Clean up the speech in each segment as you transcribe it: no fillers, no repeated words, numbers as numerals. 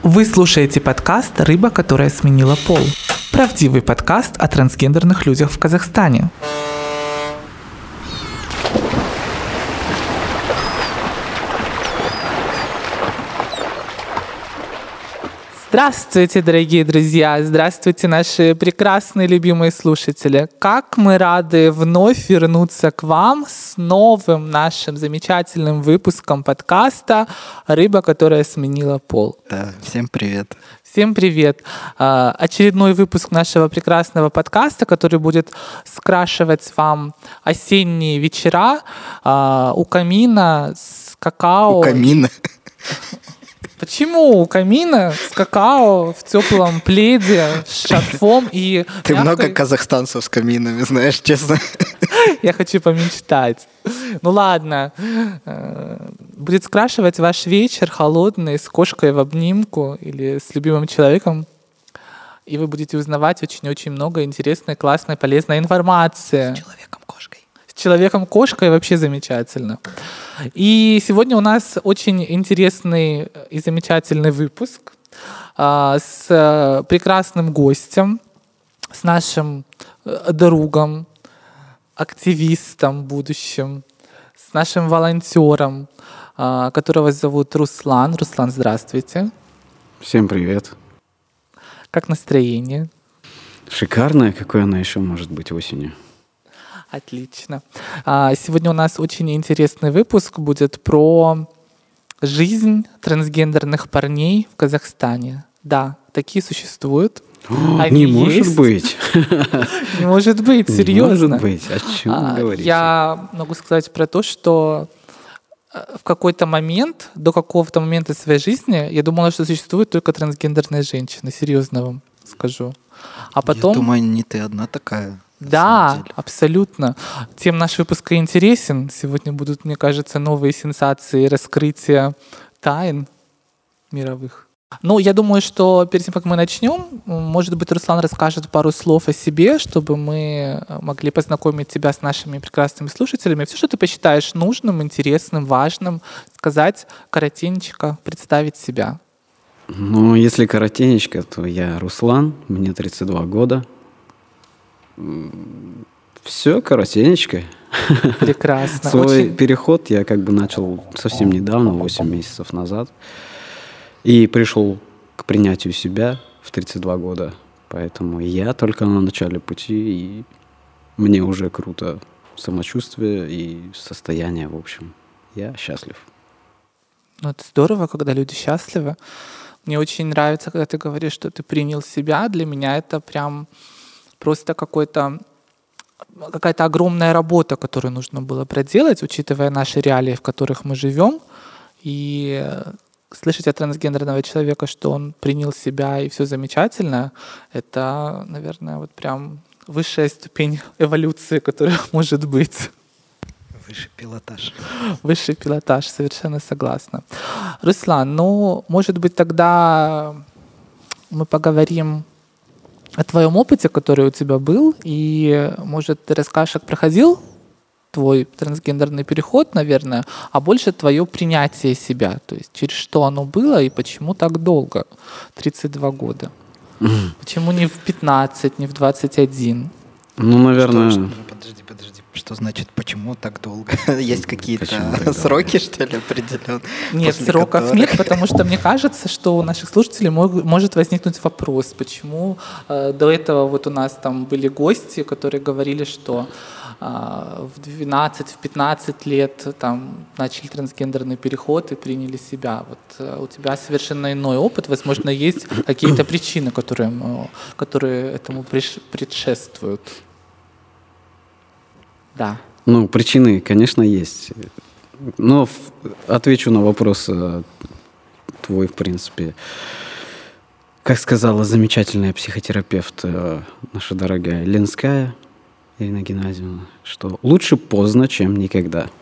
Вы слушаете подкаст «Рыба, которая сменила пол». Правдивый подкаст о трансгендерных людях в Казахстане. Здравствуйте, дорогие друзья! Здравствуйте, наши прекрасные, любимые слушатели! Как мы рады вновь вернуться к вам с новым нашим замечательным выпуском подкаста «Рыба, которая сменила пол». Да, всем привет! Всем привет! Очередной выпуск нашего прекрасного подкаста, который будет скрашивать вам осенние вечера у камина с какао. У камина? Почему у камина с какао в теплом пледе с шарфом и Ты много казахстанцев с каминами знаешь, честно. Я хочу помечтать. Ну ладно. Будет скрашивать ваш вечер холодный с кошкой в обнимку или с любимым человеком. И вы будете узнавать очень-очень много интересной, классной, полезной информации. С человеком-кошкой. С человеком-кошкой вообще замечательно. И сегодня у нас очень интересный и замечательный выпуск с прекрасным гостем, с нашим другом, активистом будущим, с нашим волонтером, которого зовут Руслан. Руслан, здравствуйте. Всем привет. Как настроение? Шикарное, какое оно еще может быть осенью. Отлично. Сегодня у нас очень интересный выпуск будет про жизнь трансгендерных парней в Казахстане. Да, такие существуют. Не может быть. Не может быть, серьезно. Не может быть. О чем вы говорите? Я могу сказать про то, что в какой-то момент, до какого-то момента своей жизни, я думала, что существуют только трансгендерные женщины. Серьезно вам скажу. А потом... Я думаю, не ты одна такая. Да, абсолютно. Тем наш выпуск и интересен. Сегодня будут, мне кажется, новые сенсации, раскрытия тайн мировых. Ну, я думаю, что перед тем, как мы начнем, может быть, Руслан расскажет пару слов о себе, чтобы мы могли познакомить тебя с нашими прекрасными слушателями. Все, что ты посчитаешь нужным, интересным, важным, сказать коротенько, представить себя. Ну, если коротенечко, то я Руслан, мне 32 года. Все коротенечко. Прекрасно. Свой переход я как бы начал совсем недавно, 8 месяцев назад. И пришел к принятию себя в 32 года. Поэтому я только на начале пути, и мне уже круто самочувствие и состояние, в общем. Я счастлив. Ну, это здорово, когда люди счастливы. Мне очень нравится, когда ты говоришь, что ты принял себя. Для меня это прям просто какая-то огромная работа, которую нужно было проделать, учитывая наши реалии, в которых мы живем. И слышать от трансгендерного человека, что он принял себя и все замечательно, это, наверное, вот прям высшая ступень эволюции, которая может быть. Высший пилотаж. Высший пилотаж, совершенно согласна. Руслан, ну, может быть, тогда мы поговорим о твоем опыте, который у тебя был, и, может, ты расскажешь, как проходил твой трансгендерный переход, наверное, а больше твое принятие себя, то есть через что оно было и почему так долго, 32 года. Почему не в 15, не в 21? Ну, наверное... Подожди. Что значит, почему так долго? Есть какие-то сроки, что ли, определенные? Нет, сроков нет, потому что мне кажется, что у наших слушателей может возникнуть вопрос, почему до этого вот у нас там были гости, которые говорили, что в 12-15 лет там начали трансгендерный переход и приняли себя. Вот у тебя совершенно иной опыт. Возможно, есть какие-то причины, которые этому предшествуют. Да. Ну, причины, конечно, есть. Но отвечу на вопрос твой, в принципе. Как сказала замечательная психотерапевт, наша дорогая Ленская Ирина Геннадьевна, что лучше поздно, чем никогда.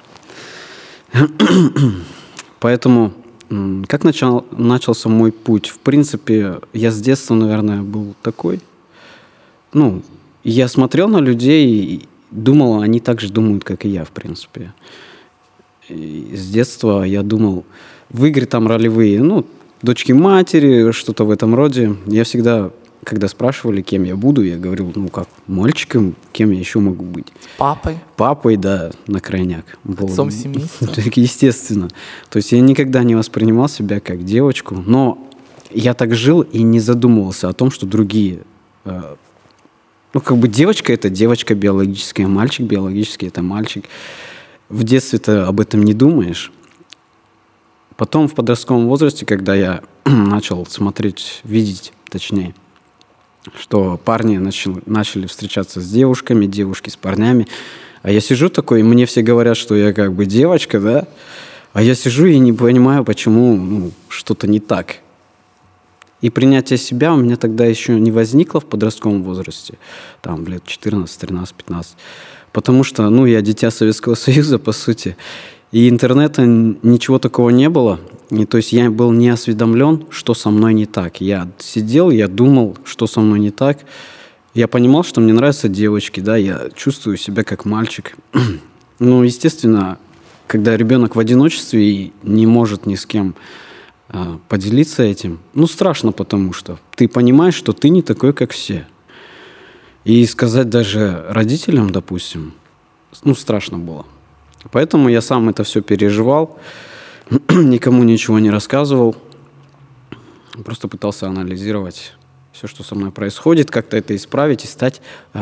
Поэтому, как начался мой путь? В принципе, я с детства, наверное, был такой. Ну, я смотрел на людей и думал, они так же думают, как и я, в принципе. И с детства я думал, в игры там ролевые, ну, дочки матери, что-то в этом роде. Я всегда, когда спрашивали, кем я буду, я говорил, ну как, мальчиком, кем я еще могу быть? Папой? Папой, да, на крайняк. Отцом семейства? Естественно. То есть я никогда не воспринимал себя как девочку, но я так жил и не задумывался о том, что другие... Ну, как бы девочка — это девочка биологическая, мальчик биологический — это мальчик. В детстве ты об этом не думаешь. Потом в подростковом возрасте, когда я начал смотреть, видеть, точнее, что парни начали встречаться с девушками, девушки с парнями, а я сижу такой, и мне все говорят, что я как бы девочка, да, а я сижу и не понимаю, почему что-то не так. И принятие себя у меня тогда еще не возникло в подростковом возрасте, там, лет 14, 13, 15. Потому что, я дитя Советского Союза, по сути. И интернета ничего такого не было. И, то есть я был не осведомлен, что со мной не так. Я сидел, я думал, что со мной не так. Я понимал, что мне нравятся девочки, да, я чувствую себя как мальчик. Естественно, когда ребенок в одиночестве и не может ни с кем поделиться этим, страшно, потому что ты понимаешь, что ты не такой, как все. И сказать даже родителям, допустим, страшно было. Поэтому я сам это все переживал, никому ничего не рассказывал, просто пытался анализировать все, что со мной происходит, как-то это исправить и стать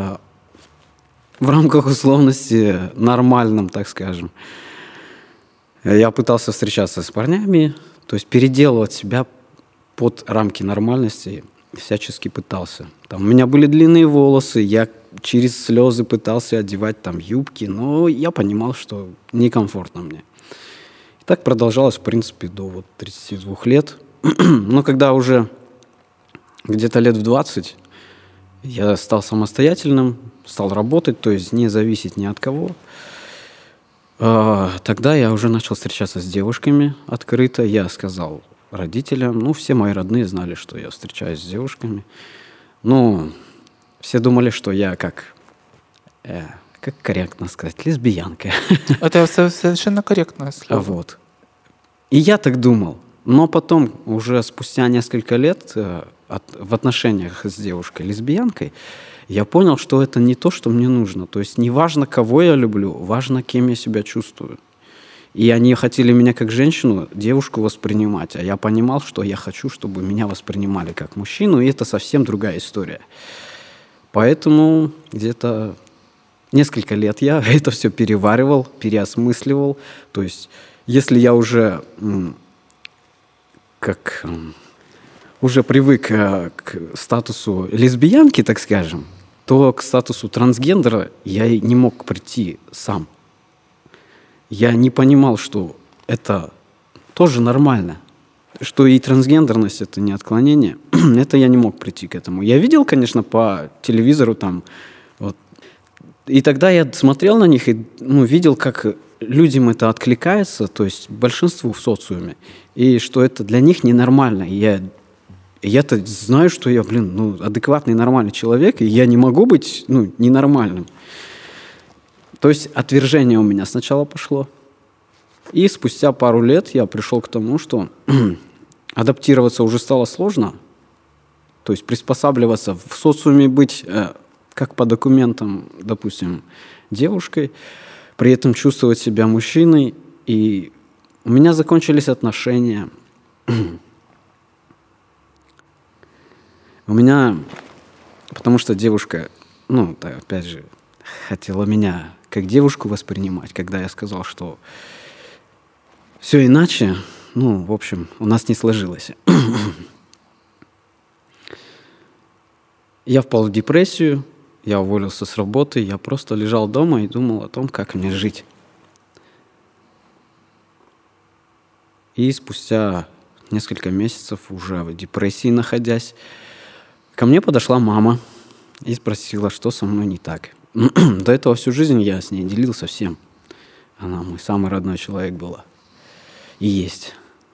в рамках условности нормальным, так скажем. Я пытался встречаться с парнями, то есть переделывать себя под рамки нормальности всячески пытался. У меня были длинные волосы, я через слезы пытался одевать юбки, но я понимал, что некомфортно мне. И так продолжалось, в принципе, до 32 лет. Но когда уже где-то лет в 20 я стал самостоятельным, стал работать, то есть не зависеть ни от кого, тогда я уже начал встречаться с девушками открыто. Я сказал родителям, все мои родные знали, что я встречаюсь с девушками. Все думали, что я как корректно сказать, лесбиянка. Это совершенно корректное слово. Вот. И я так думал. Но потом, уже спустя несколько лет в отношениях с девушкой-лесбиянкой, я понял, что это не то, что мне нужно. То есть не важно, кого я люблю, важно, кем я себя чувствую. И они хотели меня как женщину, девушку воспринимать. А я понимал, что я хочу, чтобы меня воспринимали как мужчину, и это совсем другая история. Поэтому где-то несколько лет я это все переваривал, переосмысливал. То есть если я уже уже привык к статусу лесбиянки, так скажем, то к статусу трансгендера я и не мог прийти сам. Я не понимал, что это тоже нормально, что и трансгендерность — это не отклонение. Это я не мог прийти к этому. Я видел, конечно, по телевизору И тогда я смотрел на них и видел, как людям это откликается, то есть большинству в социуме, и что это для них ненормально. И я-то знаю, что я, адекватный, нормальный человек, и я не могу быть, ненормальным. То есть отвержение у меня сначала пошло. И спустя пару лет я пришел к тому, что адаптироваться уже стало сложно. То есть приспосабливаться в социуме, быть как по документам, допустим, девушкой, при этом чувствовать себя мужчиной. И у меня закончились отношения. Потому что девушка, опять же, хотела меня как девушку воспринимать, когда я сказал, что все иначе, в общем, у нас не сложилось. Я впал в депрессию, я уволился с работы, я просто лежал дома и думал о том, как мне жить. И спустя несколько месяцев, уже в депрессии находясь, ко мне подошла мама и спросила, что со мной не так. До этого всю жизнь я с ней делился всем. Она мой самый родной человек была. И есть.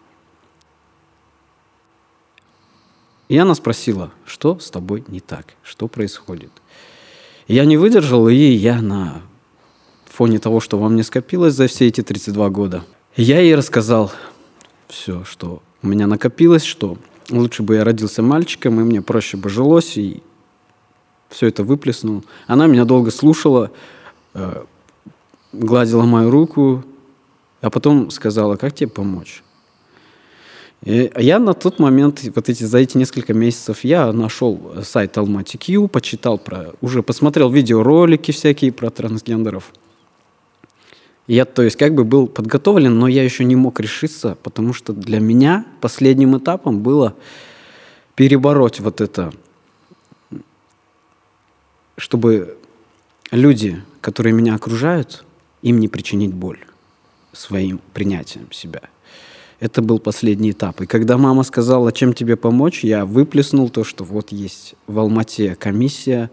И она спросила, что с тобой не так, что происходит. И я не выдержал, и я на фоне того, что во мне скопилось за все эти 32 года, я ей рассказал все, что У меня накопилось, что лучше бы я родился мальчиком, и мне проще бы жилось, и все это выплеснул. Она меня долго слушала, гладила мою руку, а потом сказала: как тебе помочь? И я на тот момент, за эти несколько месяцев, я нашел сайт Almaty.Q, уже посмотрел видеоролики всякие про трансгендеров. Я, то есть, как бы был подготовлен, но я еще не мог решиться, потому что для меня последним этапом было перебороть вот это, чтобы люди, которые меня окружают, им не причинить боль своим принятием себя. Это был последний этап. И когда мама сказала, чем тебе помочь, я выплеснул то, что вот есть в Алмате комиссия,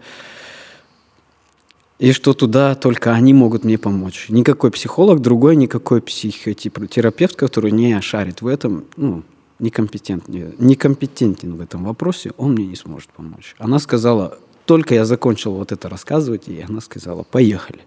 и что туда только они могут мне помочь. Никакой психолог, другой, никакой психотерапевт, который не шарит в этом, некомпетентен в этом вопросе, он мне не сможет помочь. Она сказала, только я закончил вот это рассказывать, и она сказала: поехали.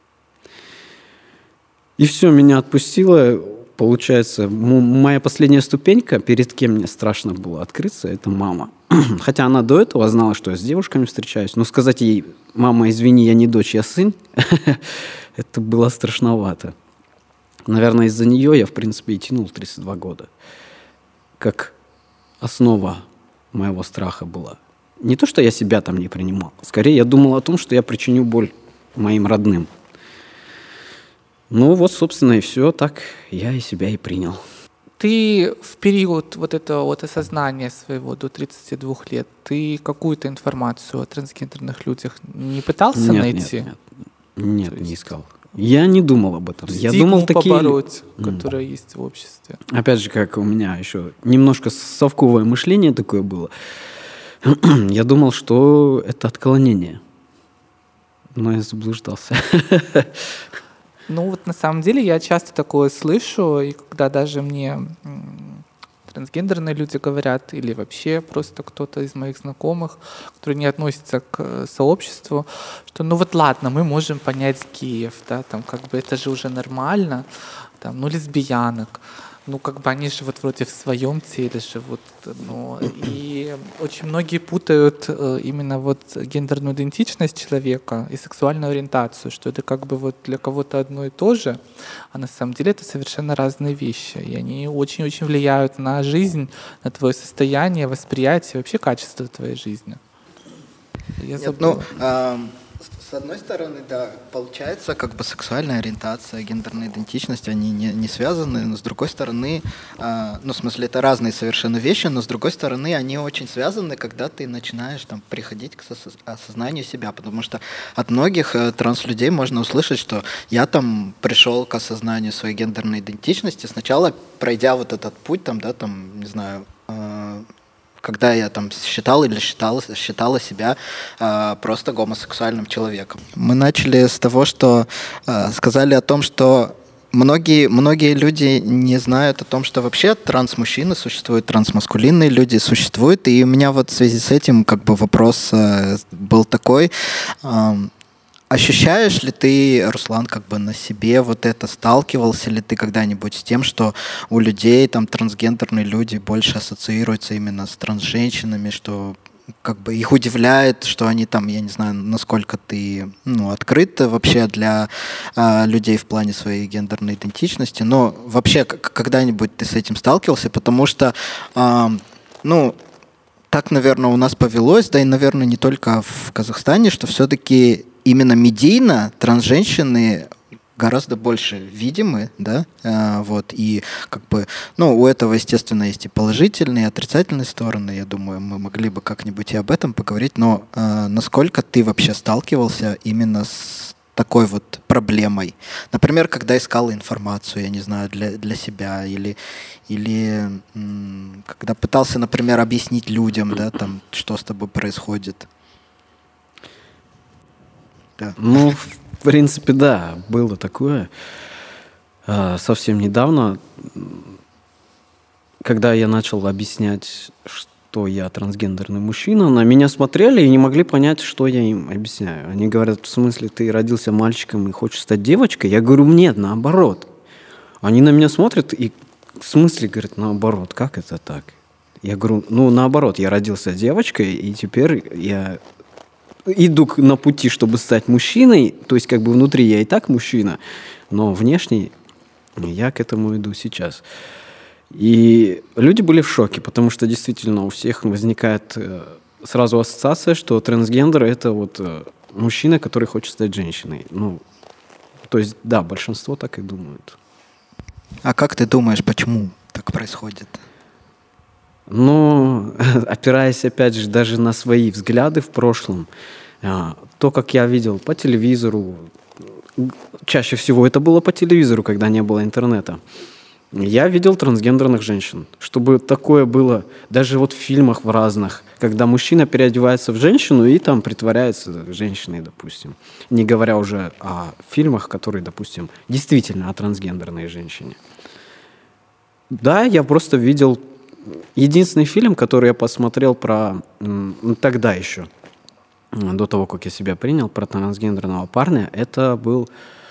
И все, меня отпустило. Получается, моя последняя ступенька, перед кем мне страшно было открыться, это мама. Хотя она до этого знала, что я с девушками встречаюсь. Но сказать ей: мама, извини, я не дочь, я сын, это было страшновато. Наверное, из-за нее я, в принципе, и тянул 32 года. Как основа моего страха была. Не то, что я себя там не принимал. Скорее, я думал о том, что я причиню боль моим родным. Ну вот, собственно, и все. Так я и себя и принял. Ты в период вот этого вот осознания своего до 32 лет, ты какую-то информацию о трансгендерных людях не пытался найти? Нет, не искал. Я не думал об этом. Я думал побороть, которая есть в обществе. Опять же, как у меня еще немножко совковое мышление такое было. Я думал, что это отклонение. Но я заблуждался. Ну вот на самом деле я часто такое слышу, и когда даже мне трансгендерные люди говорят, или вообще просто кто-то из моих знакомых, которые не относятся к сообществу, что ну вот ладно, мы можем понять геев, да, там как бы это же уже нормально, там, ну лесбиянок, ну как бы они же вот вроде в своем теле живут, ну, и очень многие путают именно вот гендерную идентичность человека и сексуальную ориентацию, что это как бы вот для кого-то одно и то же, а на самом деле это совершенно разные вещи, и они очень-очень влияют на жизнь, на твое состояние, восприятие, вообще качество твоей жизни. С одной стороны, да, получается, как бы сексуальная ориентация, гендерная идентичность, они не связаны, но с другой стороны, в смысле, это разные совершенно вещи, но с другой стороны, они очень связаны, когда ты начинаешь там приходить к осознанию себя, потому что от многих транслюдей можно услышать, что я там пришел к осознанию своей гендерной идентичности, сначала пройдя вот этот путь, там, да, там, не знаю, когда я там считала себя просто гомосексуальным человеком. Мы начали с того, что сказали о том, что многие люди не знают о том, что вообще трансмужчины существуют, трансмаскулинные люди существуют, и у меня вот в связи с этим как бы вопрос был такой. Ощущаешь ли ты, Руслан, как бы на себе вот это, сталкивался ли ты когда-нибудь с тем, что у людей, там, трансгендерные люди больше ассоциируются именно с трансженщинами, что как бы их удивляет, что они там, я не знаю, насколько ты, открыт вообще для людей в плане своей гендерной идентичности, но вообще когда-нибудь ты с этим сталкивался, потому что, так, наверное, у нас повелось, да и, наверное, не только в Казахстане, что все-таки именно медийно трансженщины гораздо больше видимы, да, и как бы, у этого, естественно, есть и положительные, и отрицательные стороны, я думаю, мы могли бы как-нибудь и об этом поговорить, но насколько ты вообще сталкивался именно с такой вот проблемой? Например, когда искал информацию, я не знаю, для себя, или когда пытался, например, объяснить людям, да, там, что с тобой происходит. Да. В принципе, да, было такое. Совсем недавно, когда я начал объяснять, что я трансгендерный мужчина, на меня смотрели и не могли понять, что я им объясняю. Они говорят: в смысле, ты родился мальчиком и хочешь стать девочкой? Я говорю: нет, наоборот. Они на меня смотрят и в смысле, говорит, наоборот, как это так? Я говорю, ну, наоборот, я родился девочкой, и теперь я иду на пути, чтобы стать мужчиной, то есть как бы внутри я и так мужчина, но внешне я к этому иду сейчас. И люди были в шоке, потому что действительно у всех возникает сразу ассоциация, что трансгендер — это вот мужчина, который хочет стать женщиной. Ну, то есть, да, большинство так и думают. А как ты думаешь, почему так происходит? Но, опираясь, опять же, даже на свои взгляды в прошлом, то, как я видел по телевизору, чаще всего это было по телевизору, когда не было интернета, я видел трансгендерных женщин. Чтобы такое было даже вот в фильмах в разных, когда мужчина переодевается в женщину и там притворяется женщиной, допустим. Не говоря уже о фильмах, которые, допустим, действительно о трансгендерной женщине. Да, я просто видел... Единственный фильм, который я посмотрел про... Тогда еще, до того, как я себя принял, про трансгендерного парня, это был...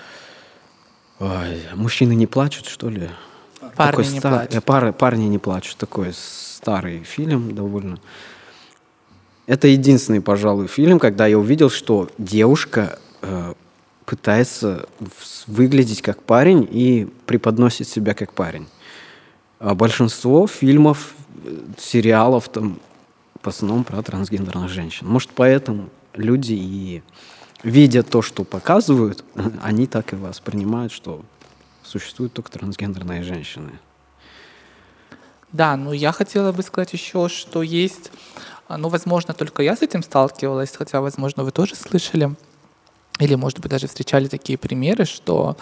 «Мужчины не плачут», что ли? «Парни не плачут». «Парни не плачут». Такой старый фильм довольно. Это единственный, пожалуй, фильм, когда я увидел, что девушка пытается выглядеть как парень и преподносит себя как парень. А большинство фильмов, сериалов там в основном про трансгендерных женщин. Может, поэтому люди и видя то, что показывают, они так и воспринимают, что существуют только трансгендерные женщины. Да, ну я хотела бы сказать еще, что есть, ну, возможно, только я с этим сталкивалась, хотя, возможно, вы тоже слышали, или, может быть, даже встречали такие примеры, что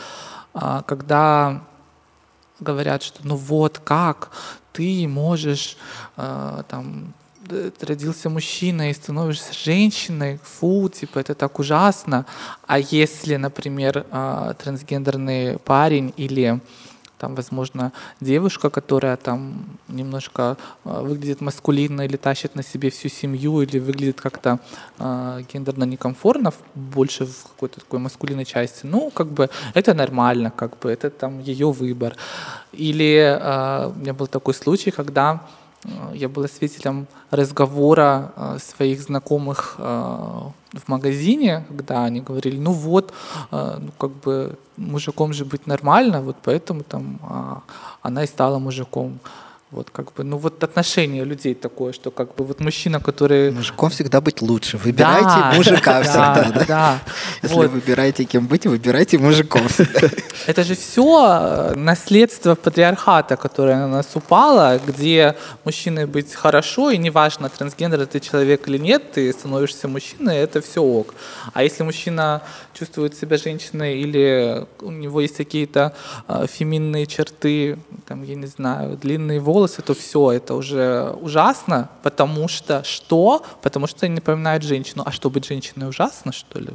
когда говорят, что ну вот как ты можешь, там, ты родился мужчиной и становишься женщиной, фу, типа это так ужасно. А если, например, трансгендерный парень или там, возможно, девушка, которая там немножко выглядит маскулинно или тащит на себе всю семью, или выглядит как-то гендерно некомфортно, больше в какой-то такой маскулинной части, ну, как бы это нормально, как бы это там ее выбор. Или у меня был такой случай, когда я была свидетелем разговора своих знакомых в магазине, когда они говорили, ну вот, ну как бы мужиком же быть нормально, вот поэтому там она и стала мужиком. Вот как бы, ну вот отношение людей такое, что как бы вот мужчина, который... Мужиком всегда быть лучше. Выбирайте мужика всегда. Да. Если выбираете кем быть, выбирайте мужиком всегда. Это же все наследство патриархата, которое на нас упало, где мужчиной быть хорошо, и неважно, трансгендер ты человек или нет, ты становишься мужчиной, это все ок. А если мужчина чувствует себя женщиной или у него есть какие-то феминные черты, там, я не знаю, длинные волосы, то все, это уже ужасно, потому что что? Потому что они напоминают женщину. А что, быть женщиной ужасно, что ли?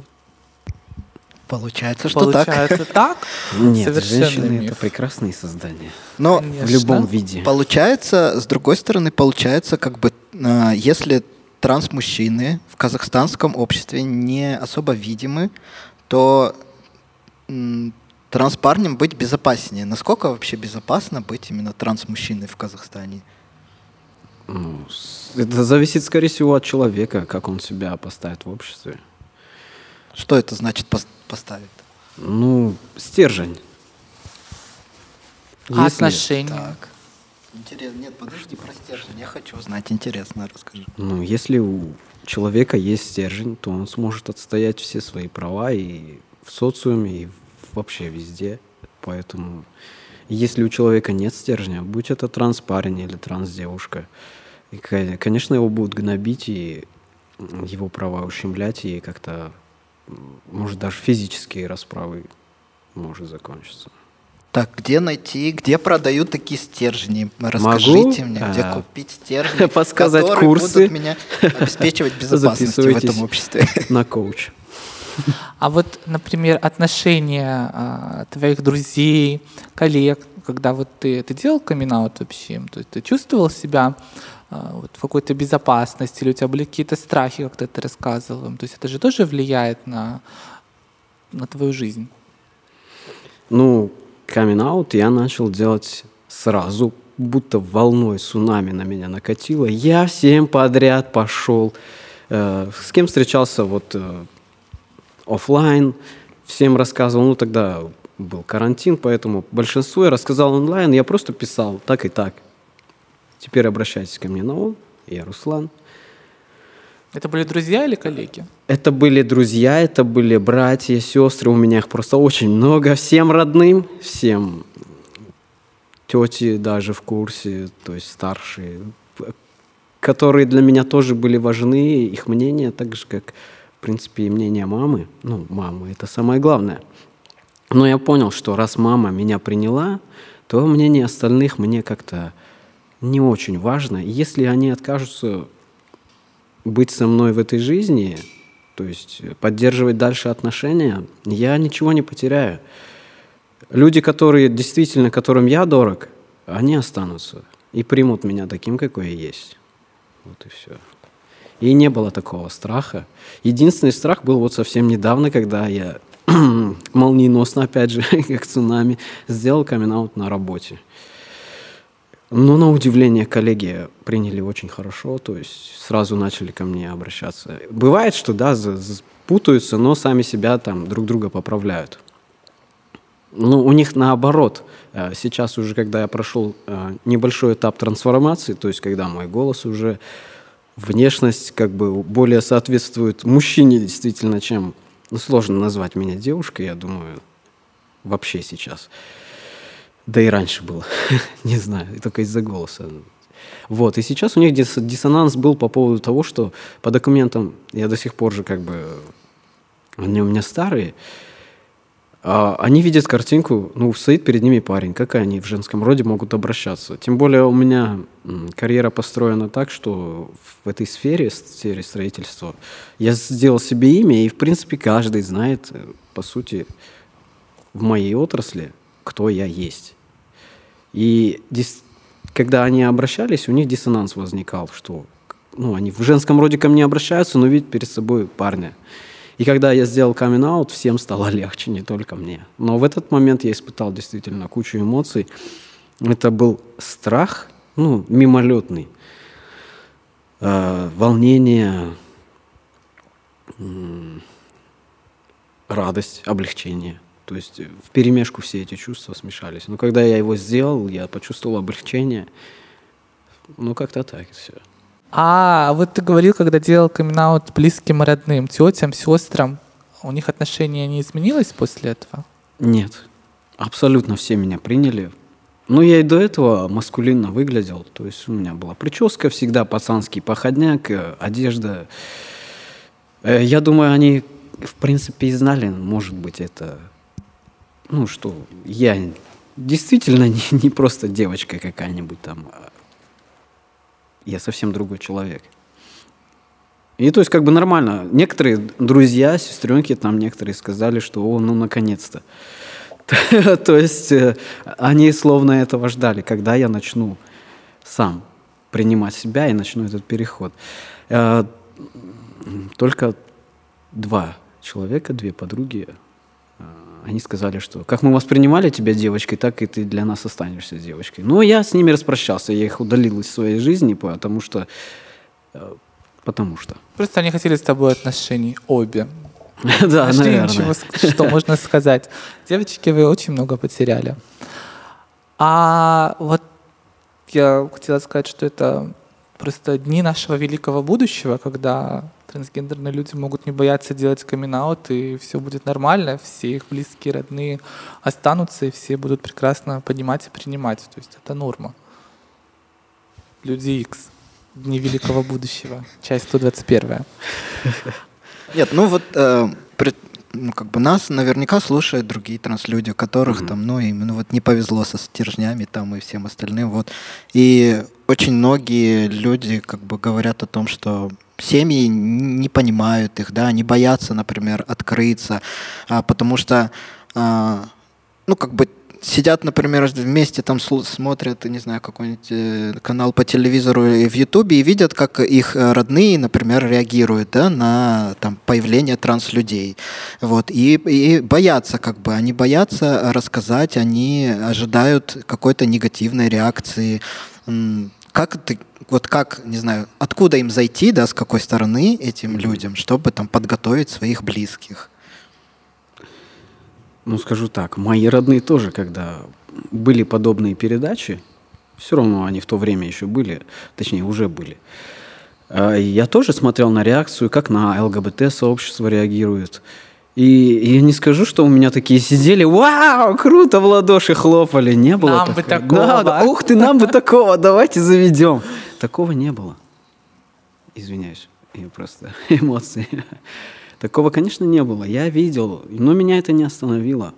Получается, что так. Получается так? Нет, Совершенно женщины — миф. это прекрасные создания. Но в любом виде. Получается, с другой стороны, получается, как бы, если транс-мужчины в казахстанском обществе не особо видимы, то транс-парнем быть безопаснее. Насколько вообще безопасно быть именно транс-мужчиной в Казахстане? Ну, это зависит, скорее всего, от человека, как он себя поставит в обществе. Что это значит поставить? Ну, стержень. Отношения. Так. Интересно. Нет, подожди, про стержень. Я хочу узнать. Интересно, расскажи. Ну, если у человека есть стержень, то он сможет отстоять все свои права и в социуме, и вообще везде. Поэтому, если у человека нет стержня, будь это транс-парень или транс-девушка, и, конечно, его будут гнобить и его права ущемлять, и как-то, может, даже физические расправы может закончиться. Так, где найти, где продают такие стержни? Расскажите мне, где купить стержни, подсказать которые курсы. будут меня обеспечивать безопасностью в этом обществе. На коуч. А вот, например, отношения твоих друзей, коллег, когда вот ты делал камин-аут вообще, то есть ты чувствовал себя вот в какой-то безопасности, или у тебя были какие-то страхи, как ты это рассказывал им? То есть это же тоже влияет на твою жизнь? Ну, камин-аут я начал делать сразу будто волной цунами на меня накатило. Я всем подряд пошел. С кем встречался офлайн, всем рассказывал. Ну, тогда был карантин, поэтому большинству я рассказал онлайн. Я просто писал так и так. Теперь обращайтесь ко мне на «он». Я Руслан. Это были друзья или коллеги? Это были друзья, это были братья, сестры. У меня их просто очень много. Всем родным, всем тети даже в курсе, то есть старшие, которые для меня тоже были важны. Их мнение, так же, как, в принципе, и мнение мамы. Ну, мама — это самое главное. Но я понял, что раз мама меня приняла, то мнение остальных мне как-то не очень важно. Если они откажутся быть со мной в этой жизни, то есть поддерживать дальше отношения, я ничего не потеряю. Люди, которым я дорог, они останутся и примут меня таким, какой я есть. Вот и все. И не было такого страха. Единственный страх был совсем недавно, когда я молниеносно, опять же, как цунами, сделал камин-аут на работе. Но, на удивление, коллеги приняли очень хорошо, то есть сразу начали ко мне обращаться. Бывает, что, путаются, но сами себя там друг друга поправляют. Ну, у них наоборот. Сейчас уже, когда я прошел небольшой этап трансформации, то есть когда мой голос уже, внешность как бы более соответствует мужчине действительно, чем... Ну, сложно назвать меня девушкой, я думаю, вообще сейчас. Да и раньше было, не знаю, только из-за голоса. Вот, и сейчас у них диссонанс был по поводу того, что по документам я до сих пор же они у меня старые, а они видят картинку, стоит перед ними парень, как они в женском роде могут обращаться. Тем более у меня карьера построена так, что в этой сфере строительства, я сделал себе имя, и в принципе каждый знает, по сути, в моей отрасли, кто я есть. И когда они обращались, у них диссонанс возникал, что они в женском роде ко мне обращаются, но видят перед собой парня. И когда я сделал камин-аут, всем стало легче, не только мне. Но в этот момент я испытал действительно кучу эмоций. Это был страх, мимолетный, волнение, радость, облегчение. То есть вперемешку все эти чувства смешались. Но когда я его сделал, я почувствовал облегчение. Как-то так все. А вот ты говорил, когда делал камин-аут близким и родным, тетям, сестрам, у них отношение не изменилось после этого? Нет. Абсолютно все меня приняли. Я и до этого маскулинно выглядел. То есть у меня была прическа всегда, пацанский походняк, одежда. Я думаю, они, в принципе, и знали, может быть, это... что я действительно не просто девочка какая-нибудь там, я совсем другой человек. И то есть нормально. Некоторые друзья, сестренки там некоторые сказали, что наконец-то. То есть они словно этого ждали, когда я начну сам принимать себя и начну этот переход. Только 2 человека, 2 подруги, они сказали, что как мы воспринимали тебя девочкой, так и ты для нас останешься девочкой. Я с ними распрощался, я их удалил из своей жизни, потому что. Просто они хотели с тобой отношений, обе. Да, наверное. Ничего, что можно сказать. Девочки, вы очень много потеряли. А вот я хотела сказать, что это просто дни нашего великого будущего, когда трансгендерные люди могут не бояться делать камин-аут, и все будет нормально, все их близкие, родные останутся, и все будут прекрасно понимать и принимать. То есть это норма. Люди X. Дни великого будущего. Часть 121. Нет, нас наверняка слушают другие транслюди, у которых именно не повезло со стержнями там и всем остальным. И очень многие люди говорят о том, что семьи не понимают их, они боятся, например, открыться, потому что, сидят, например, вместе там смотрят, не знаю, какой-нибудь канал по телевизору и в Ютубе и видят, как их родные, например, реагируют, да, на там, появление транслюдей. Вот. И боятся, как бы, они боятся рассказать, они ожидают какой-то негативной реакции. Как ты, вот как, не знаю, откуда им зайти, да, с какой стороны этим людям, чтобы там подготовить своих близких? Ну, скажу так, мои родные тоже, когда были подобные передачи, все равно они в то время еще были, точнее, уже были. Я тоже смотрел на реакцию, как на ЛГБТ-сообщество реагирует. И я не скажу, что у меня такие сидели, вау, круто, в ладоши хлопали. Не было Нам бы такого. Да, ух ты, нам бы такого, давайте заведем. Такого не было. Извиняюсь, я просто эмоции. Такого, конечно, не было. Я видел, но меня это не остановило.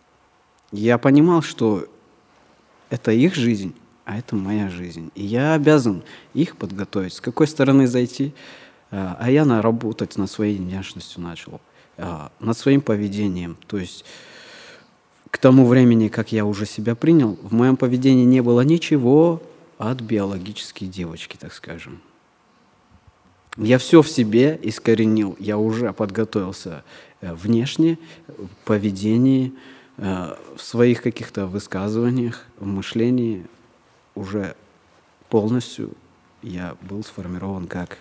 Я понимал, что это их жизнь, а это моя жизнь. И я обязан их подготовить, с какой стороны зайти. А я работать над своей внешностью начал, над своим поведением. То есть к тому времени, как я уже себя принял, в моем поведении не было ничего от биологической девочки, так скажем. Я все в себе искоренил, я уже подготовился внешне, в поведении, в своих каких-то высказываниях, в мышлении. Уже полностью я был сформирован как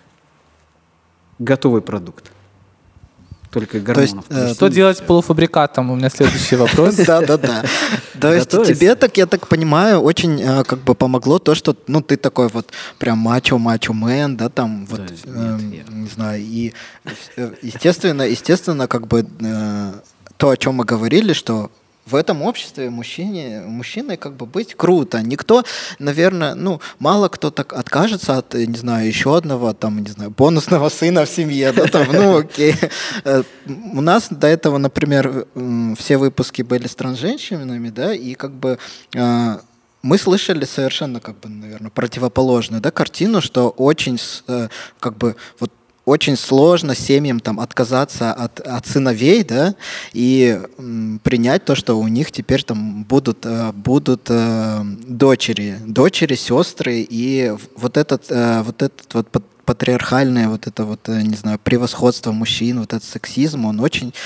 готовый продукт. Только гормонов. Что делать с полуфабрикатом? У меня следующий вопрос. Да. То есть тебе, так я так понимаю, очень как бы помогло то, что ну ты такой вот прям мачо-мэн, да, там вот, не знаю, и естественно, как бы то, о чем мы говорили, что в этом обществе мужчиной как бы быть круто. Никто, наверное, ну, мало кто так откажется от, не знаю, еще одного, там, не знаю, бонусного сына в семье, да, там, ну, окей. У нас до этого, например, все выпуски были с трансженщинами, да, и как бы мы слышали совершенно, как бы, наверное, противоположную, да, картину, что очень, как бы, вот очень сложно семьям там отказаться от сыновей, да, и принять то, что у них теперь там будут дочери, сестры, и вот этот вот патриархальное вот это вот, не знаю, превосходство мужчин, вот этот сексизм, он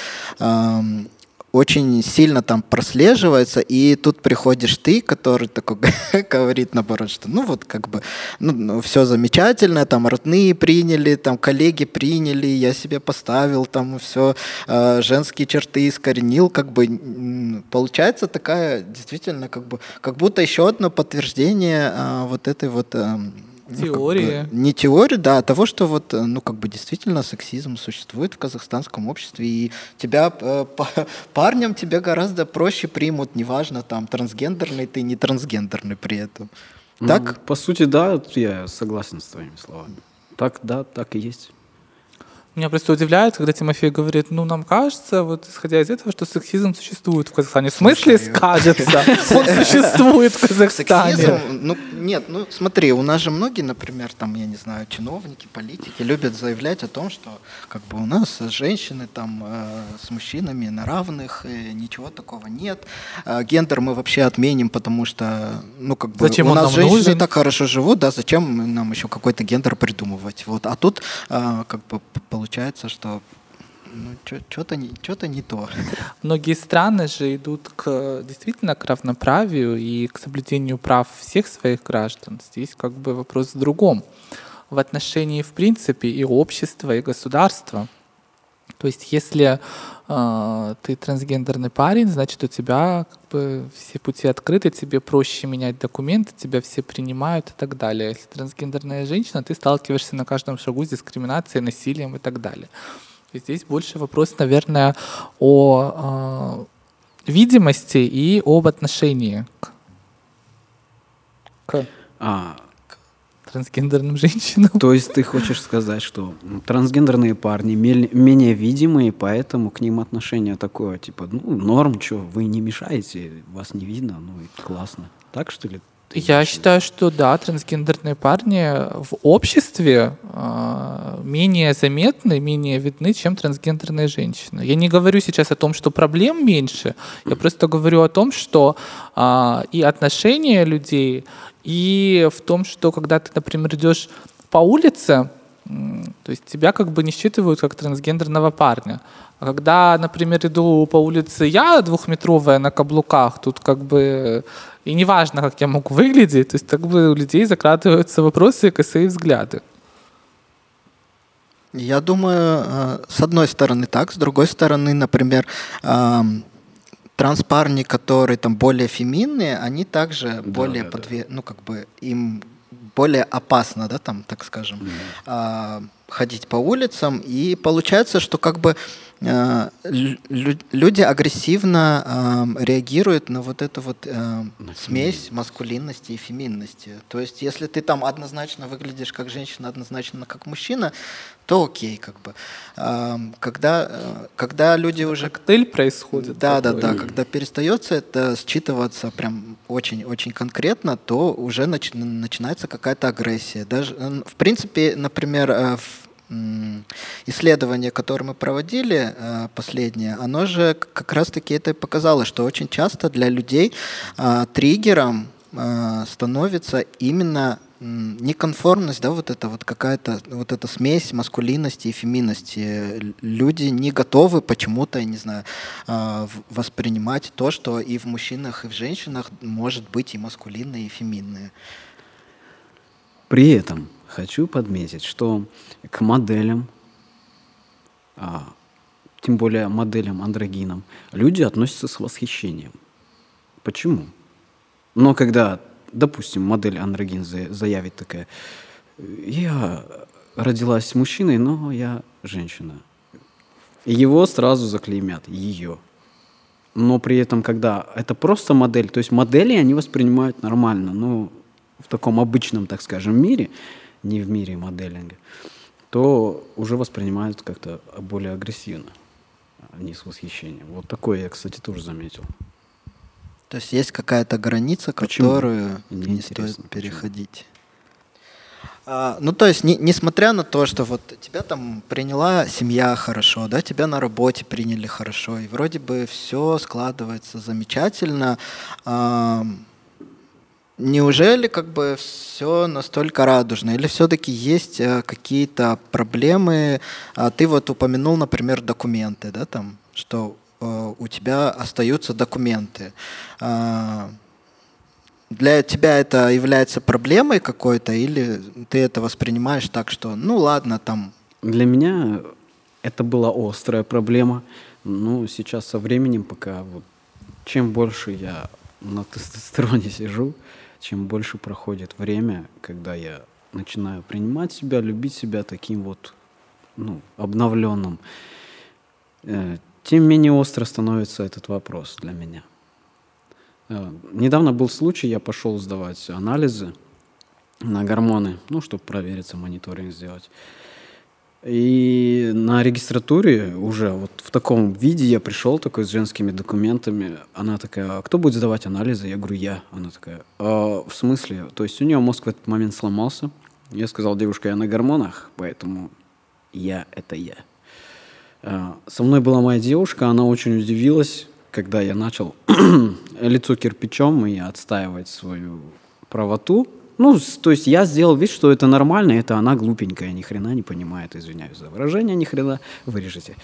очень сильно там прослеживается, и тут приходишь ты, который такой говорит, наоборот, что ну вот как бы, ну все замечательно, там родные приняли, там коллеги приняли, я себе поставил, там все, женские черты искоренил, как бы получается такая действительно как бы, как будто еще одно подтверждение вот этой вот теории. Как бы, не теории, да, а того, что вот, ну, как бы действительно сексизм существует в казахстанском обществе, и тебя, парням тебя гораздо проще примут, неважно, там, трансгендерный ты, не трансгендерный при этом. Ну, Так? По сути, да, я согласен с твоими словами. Так, да, так и есть. Меня просто удивляет, когда Тимофей говорит, ну, нам кажется, вот исходя из этого, что сексизм существует в Казахстане. В смысле кажется? Он существует в Казахстане. Сексизм, ну, нет, ну, смотри, у нас же многие, например, там, я не знаю, чиновники, политики любят заявлять о том, что как бы у нас женщины там с мужчинами на равных, ничего такого нет. Гендер мы вообще отменим, потому что, ну, как бы зачем у нас женщины нужен? так хорошо живут, да, зачем нам еще какой-то гендер придумывать? Вот. А тут как бы получается, что ну, что-то не то. Многие страны же идут действительно к равноправию и к соблюдению прав всех своих граждан. Здесь как бы вопрос в другом. В отношении, в принципе, и общества, и государства. То есть если ты трансгендерный парень, значит, у тебя как бы все пути открыты, тебе проще менять документы, тебя все принимают и так далее. Если трансгендерная женщина, ты сталкиваешься на каждом шагу с дискриминацией, насилием и так далее. И здесь больше вопрос, наверное, о видимости и об отношении к трансгендерным женщинам. То есть ты хочешь сказать, что трансгендерные парни менее видимые, поэтому к ним отношение такое, типа, ну, норм, что, вы не мешаете, вас не видно, ну, и классно. Так, что ли, Я считаю, что да, трансгендерные парни в обществе менее заметны, менее видны, чем трансгендерные женщины. Я не говорю сейчас о том, что проблем меньше, я просто говорю о том, что и отношения людей, и в том, что когда ты, например, идешь по улице, то есть тебя как бы не считывают как трансгендерного парня. А когда, например, иду по улице я, 2-метровая на каблуках, тут как бы и неважно, как я могу выглядеть, то есть как бы у людей закрадываются вопросы и косые взгляды. Я думаю, с одной стороны так, с другой стороны, например, транспарни, которые там более феминные, они также более ну как бы им более опасно, да, там, так скажем, ходить по улицам, и получается, что как бы люди агрессивно реагируют на вот эту вот смесь маскулинности и феминности. То есть, если ты там однозначно выглядишь как женщина, однозначно как мужчина, то окей, как бы. Когда люди уже... Коктейль происходит. Да, когда перестается это считываться прям очень-очень конкретно, то уже начинается какая-то агрессия. Даже, в принципе, например, исследование, которое мы проводили, последнее, оно же как раз-таки это и показало, что очень часто для людей триггером становится именно неконформность, да, вот это вот какая-то вот эта смесь маскулинности и феминности. Люди не готовы почему-то, я не знаю, воспринимать то, что и в мужчинах, и в женщинах может быть и маскулинное, и феминное. При этом хочу подметить, что к моделям, тем более моделям-андрогинам, люди относятся с восхищением. Почему? Но когда, допустим, модель андрогин заявит такая: я родилась мужчиной, но я женщина. И его сразу заклеймят, ее. Но при этом, когда это просто модель, то есть модели они воспринимают нормально, но в таком обычном, так скажем, мире, не в мире моделинга, то уже воспринимают как-то более агрессивно, а не с восхищением. Вот такое я, кстати, тоже заметил. То есть есть какая-то граница, которую не стоит переходить. Ну, то есть, несмотря на то, что вот тебя там приняла семья хорошо, да, тебя на работе приняли хорошо, и вроде бы все складывается замечательно, неужели как бы все настолько радужно? Или все-таки есть какие-то проблемы? Ты вот упомянул, например, документы, да, там, что у тебя остаются документы. Для тебя это является проблемой какой-то, или ты это воспринимаешь так, что ну ладно, там... Для меня это была острая проблема. Ну, сейчас со временем пока вот чем больше я на тестостероне сижу, чем больше проходит время, когда я начинаю принимать себя, любить себя таким вот, ну, обновленным, тем менее остро становится этот вопрос для меня. Недавно был случай, я пошел сдавать анализы на гормоны, ну, чтобы провериться, мониторинг сделать. И на регистратуре уже вот в таком виде я пришел такой с женскими документами. Она такая: а кто будет сдавать анализы? Я говорю: я. Она такая: в смысле? То есть у нее мозг в этот момент сломался. Я сказал: девушка, я на гормонах, поэтому я — это я. Со мной была моя девушка, она очень удивилась, когда я начал лицо кирпичом и отстаивать свою правоту. Ну, то есть я сделал вид, что это нормально, это она глупенькая, ни хрена не понимает, извиняюсь за выражение, ни хрена, вырежете.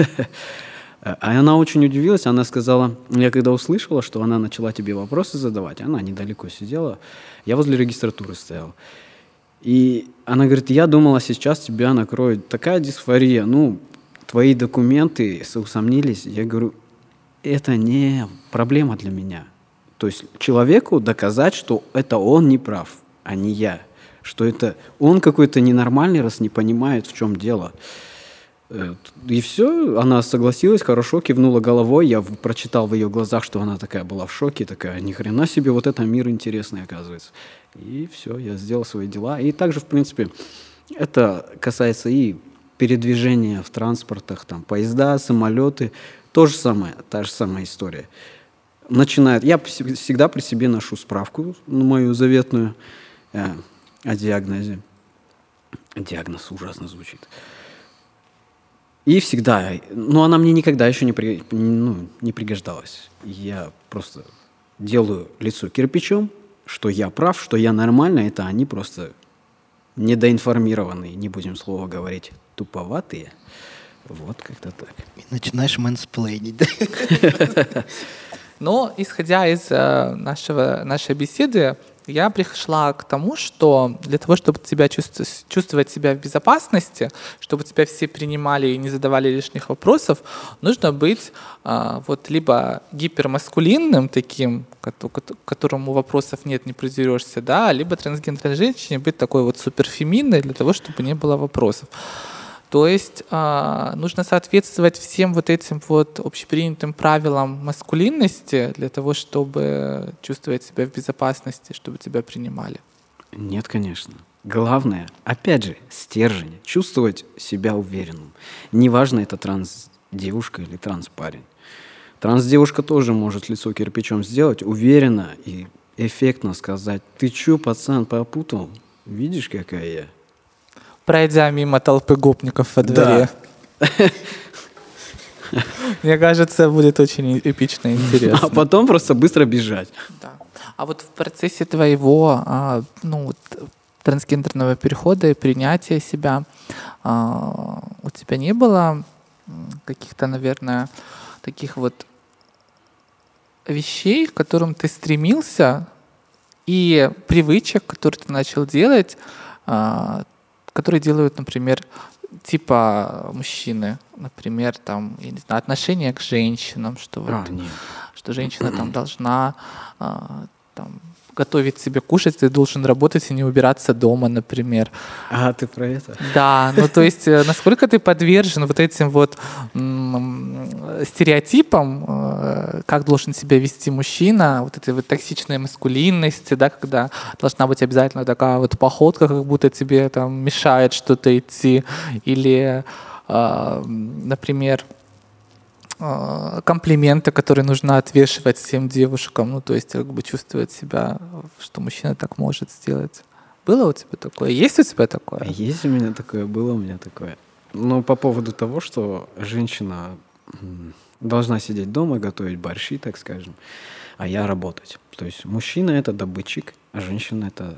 А она очень удивилась, она сказала, я когда услышала, что она начала тебе вопросы задавать, она недалеко сидела, я возле регистратуры стоял. И она говорит: я думала, сейчас тебя накроет такая дисфория, ну, твои документы усомнились. Я говорю: это не проблема для меня. То есть человеку доказать, что это он не прав, а не я. Что это он какой-то ненормальный, раз не понимает, в чем дело. И все, она согласилась, хорошо, кивнула головой. Я прочитал в ее глазах, что она такая была в шоке, такая: ни хрена себе, вот это мир интересный, оказывается. И все, я сделал свои дела. И также, в принципе, это касается и передвижения в транспортах, там, поезда, самолеты. То же самое, та же самая история. начинает... Я всегда при себе ношу справку, мою заветную, о диагнозе. Диагноз ужасно звучит. И всегда... Но она мне никогда еще не пригождалась. Я просто делаю лицо кирпичом, что я прав, что я нормально. Это они просто недоинформированные, не будем слова говорить, туповатые. Вот как-то так. И начинаешь мэнсплейнить, да? Но, исходя из нашей беседы, я пришла к тому, что для того, чтобы тебя чувствовать себя в безопасности, чтобы тебя все принимали и не задавали лишних вопросов, нужно быть вот либо гипермаскулинным таким, к которому вопросов нет, не придерешься, да, либо трансгендерной женщине быть такой вот суперфеминной для того, чтобы не было вопросов. То есть нужно соответствовать всем вот этим вот общепринятым правилам маскулинности для того, чтобы чувствовать себя в безопасности, чтобы тебя принимали. Нет, конечно. Главное, опять же, стержень. Чувствовать себя уверенным. Неважно, это транс-девушка или транс-парень. Транс-девушка тоже может лицо кирпичом сделать, уверенно и эффектно сказать: «Ты чё, пацан, попутал? Видишь, какая я?» Пройдя мимо толпы гопников во дворе. Да. Мне кажется, будет очень эпично и интересно. А потом просто быстро бежать. Да. А вот в процессе твоего трансгендерного перехода и принятия себя у тебя не было каких-то, наверное, таких вот вещей, к которым ты стремился, и привычек, которые ты начал делать, которые делают, например, типа мужчины, например, там, я не знаю, отношение к женщинам, что вот, что женщина там должна там готовить себе кушать, ты должен работать и не убираться дома, например. А, ты про это? Да, ну то есть насколько ты подвержен вот этим вот стереотипам, как должен себя вести мужчина, вот этой вот токсичной маскулинности, да, когда должна быть обязательно такая вот походка, как будто тебе там мешает что-то идти, или, например, комплименты, которые нужно отвешивать всем девушкам, ну, то есть как бы чувствовать себя, что мужчина так может сделать. Было у тебя такое? Есть у тебя такое? Есть у меня такое, было у меня такое. Но по поводу того, что женщина должна сидеть дома, готовить борщи, так скажем, а я работать. То есть мужчина — это добытчик, а женщина — это...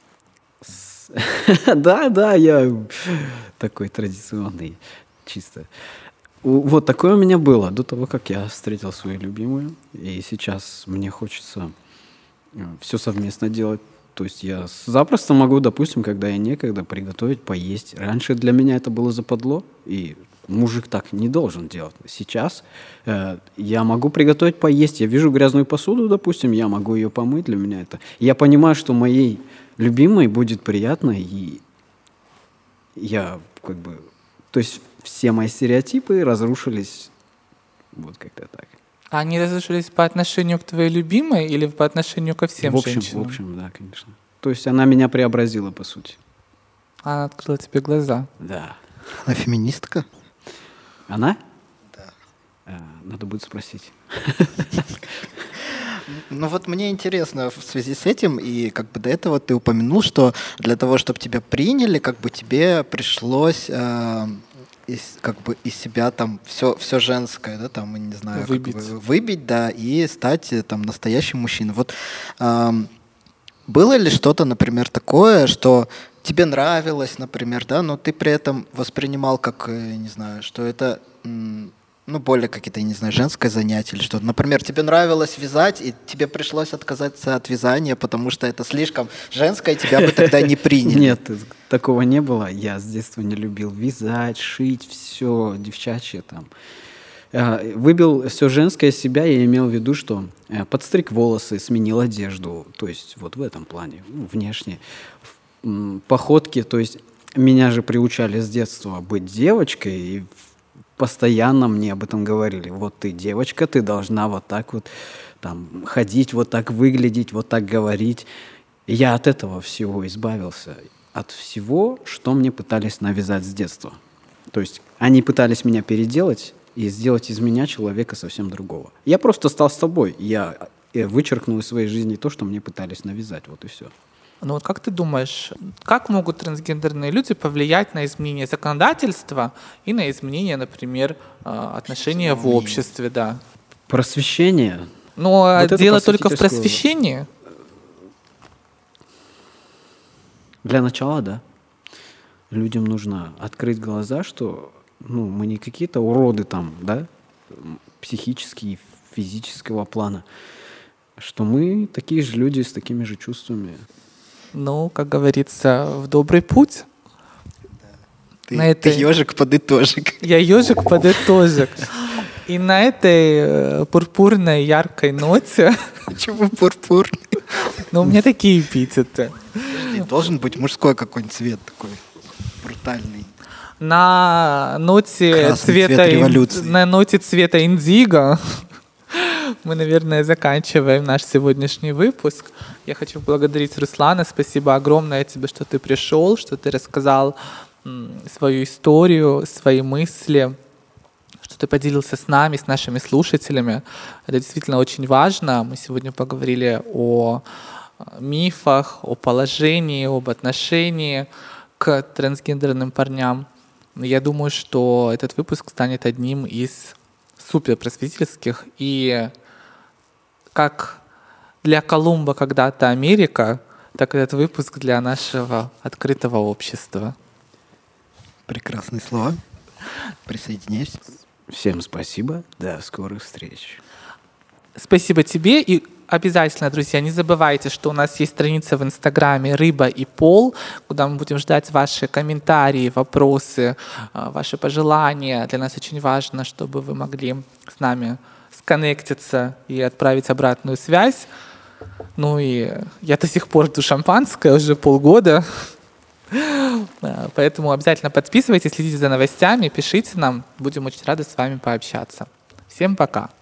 Да, я такой традиционный, чисто. Вот такое у меня было до того, как я встретил свою любимую. И сейчас мне хочется все совместно делать. То есть я запросто могу, допустим, когда я некогда, приготовить, поесть. Раньше для меня это было западло, и мужик так не должен делать. Сейчас я могу приготовить, поесть. Я вижу грязную посуду, допустим, я могу ее помыть. Для меня это... Я понимаю, что моей любимой будет приятно, и я как бы... То есть все мои стереотипы разрушились вот как-то так. А они разрушились по отношению к твоей любимой или по отношению ко всем женщинам? В общем, да, конечно. То есть она меня преобразила, по сути. Она открыла тебе глаза. Да. Она феминистка? Она? Да. Надо будет спросить. Ну вот мне интересно в связи с этим, и как бы до этого ты упомянул, что для того, чтобы тебя приняли, как бы тебе пришлось из себя там все женское, да, там, не знаю, выбить, да, и стать там настоящим мужчиной. Вот было ли что-то, например, такое, что тебе нравилось, например, да, но ты при этом воспринимал как, не знаю, что это более какие-то, я не знаю, женское занятие или что-то. Например, тебе нравилось вязать, и тебе пришлось отказаться от вязания, потому что это слишком женское, и тебя бы тогда не приняли. Нет, такого не было. Я с детства не любил вязать, шить, все девчачье там. Выбил все женское из себя, я имел в виду, что подстриг волосы, сменил одежду, то есть вот в этом плане, внешне. Походки, то есть меня же приучали с детства быть девочкой, и постоянно мне об этом говорили. Вот ты девочка, ты должна вот так вот там ходить, вот так выглядеть, вот так говорить. И я от этого всего избавился. От всего, что мне пытались навязать с детства. То есть они пытались меня переделать, и сделать из меня человека совсем другого. Я просто стал собой. Я вычеркнул из своей жизни то, что мне пытались навязать. Вот и все. Ну вот как ты думаешь, как могут трансгендерные люди повлиять на изменение законодательства и на изменение, например, отношения в обществе, да? Просвещение. Но Вот дело только в просвещении? Для начала, да. Людям нужно открыть глаза, что мы не какие-то уроды там, да, психические, физического плана, что мы такие же люди с такими же чувствами. Ну, как говорится, в добрый путь. Ты ежик подытожик. Я ежик подытожик. И на этой пурпурной, яркой ноте... Почему пурпурный? Ну, у меня такие эпитеты. Должен быть мужской какой-нибудь цвет такой брутальный. На ноте цвета индиго мы, наверное, заканчиваем наш сегодняшний выпуск. Я хочу поблагодарить Руслана. Спасибо огромное тебе, что ты пришел, что ты рассказал свою историю, свои мысли, что ты поделился с нами, с нашими слушателями. Это действительно очень важно. Мы сегодня поговорили о мифах, о положении, об отношении к трансгендерным парням. Я думаю, что этот выпуск станет одним из суперпросветительских. И как для Колумба когда-то Америка, так этот выпуск для нашего открытого общества. Прекрасные слова. Присоединяюсь. Всем спасибо. До скорых встреч. Спасибо тебе. И обязательно, друзья, не забывайте, что у нас есть страница в Инстаграме «Рыба и пол», куда мы будем ждать ваши комментарии, вопросы, ваши пожелания. Для нас очень важно, чтобы вы могли с нами сконнектиться и отправить обратную связь. Ну и я до сих пор жду шампанское уже полгода. Поэтому обязательно подписывайтесь, следите за новостями, пишите нам. Будем очень рады с вами пообщаться. Всем пока.